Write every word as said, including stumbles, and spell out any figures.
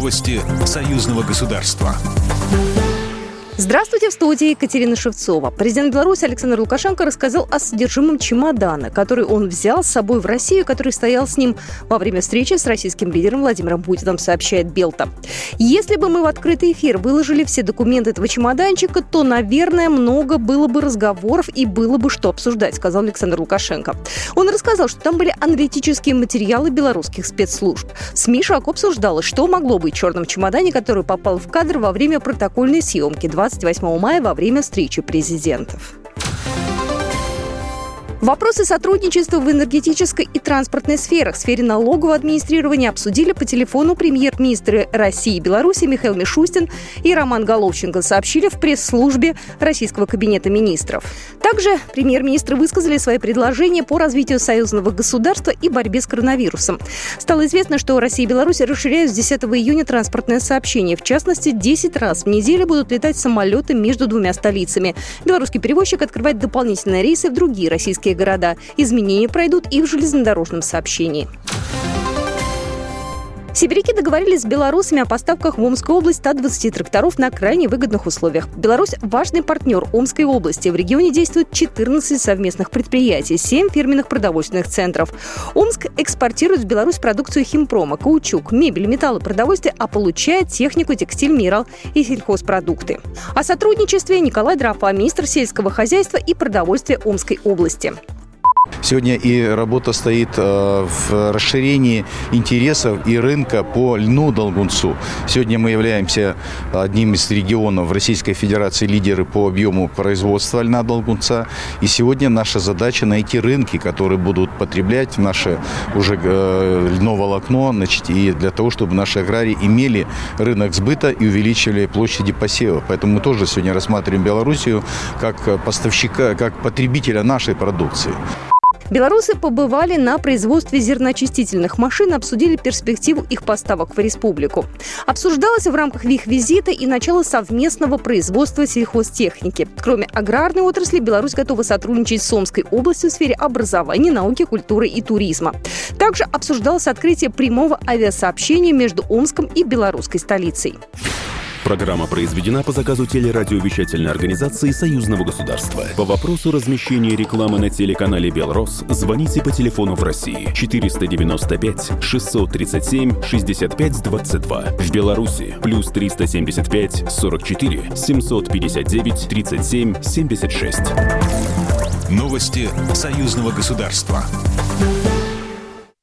Новости союзного государства. Здравствуйте, в студии Екатерина Шевцова. Президент Беларуси Александр Лукашенко рассказал о содержимом чемодана, который он взял с собой в Россию, который стоял с ним во время встречи с российским лидером Владимиром Путиным, сообщает Белта. Если бы мы в открытый эфир выложили все документы этого чемоданчика, то, наверное, много было бы разговоров и было бы что обсуждать, сказал Александр Лукашенко. Он рассказал, что там были аналитические материалы белорусских спецслужб. В СМИ широко обсуждалось, что могло быть в черном чемодане, который попал в кадр во время протокольной съемки двадцать восьмого мая во время встречи президентов. Вопросы сотрудничества в энергетической и транспортной сферах, в сфере налогового администрирования обсудили по телефону премьер-министры России и Беларуси Михаил Мишустин и Роман Головченко, сообщили в пресс-службе Российского кабинета министров. Также премьер-министры высказали свои предложения по развитию союзного государства и борьбе с коронавирусом. Стало известно, что Россия и Беларусь расширяют с десятого июня транспортное сообщение. В частности, десять раз в неделю будут летать самолеты между двумя столицами. Белорусский перевозчик открывает дополнительные рейсы в другие российские города. Изменения пройдут и в железнодорожном сообщении. Сибиряки договорились с белорусами о поставках в Омскую область ста двадцати тракторов на крайне выгодных условиях. Беларусь – важный партнер Омской области. В регионе действует четырнадцать совместных предприятий, семь фирменных продовольственных центров. Омск экспортирует в Беларусь продукцию химпрома, каучук, мебель, металлы, продовольствие, а получает технику, текстиль, минерал и сельхозпродукты. О сотрудничестве Николай Дрофа, министр сельского хозяйства и продовольствия Омской области. Сегодня и работа стоит э, в расширении интересов и рынка по льну долгунцу. Сегодня мы являемся одним из регионов Российской Федерации лидеры по объему производства льна долгунца. И сегодня наша задача найти рынки, которые будут потреблять наше уже э, льноволокно, значит, и для того, чтобы наши аграрии имели рынок сбыта и увеличивали площади посева. Поэтому мы тоже сегодня рассматриваем Белоруссию как поставщика, как потребителя нашей продукции. Белорусы побывали на производстве зерноочистительных машин, обсудили перспективу их поставок в республику. Обсуждалось в рамках их визита и начало совместного производства сельхозтехники. Кроме аграрной отрасли, Беларусь готова сотрудничать с Омской областью в сфере образования, науки, культуры и туризма. Также обсуждалось открытие прямого авиасообщения между Омском и белорусской столицей. Программа произведена по заказу телерадиовещательной организации Союзного государства. По вопросу размещения рекламы на телеканале «Белрос» звоните по телефону в России четыреста девяносто пять шестьсот тридцать семь шестьдесят пять двадцать два. В Беларуси плюс триста семьдесят пять сорок четыре семьсот пятьдесят девять тридцать семь семьдесят шесть. Новости союзного государства.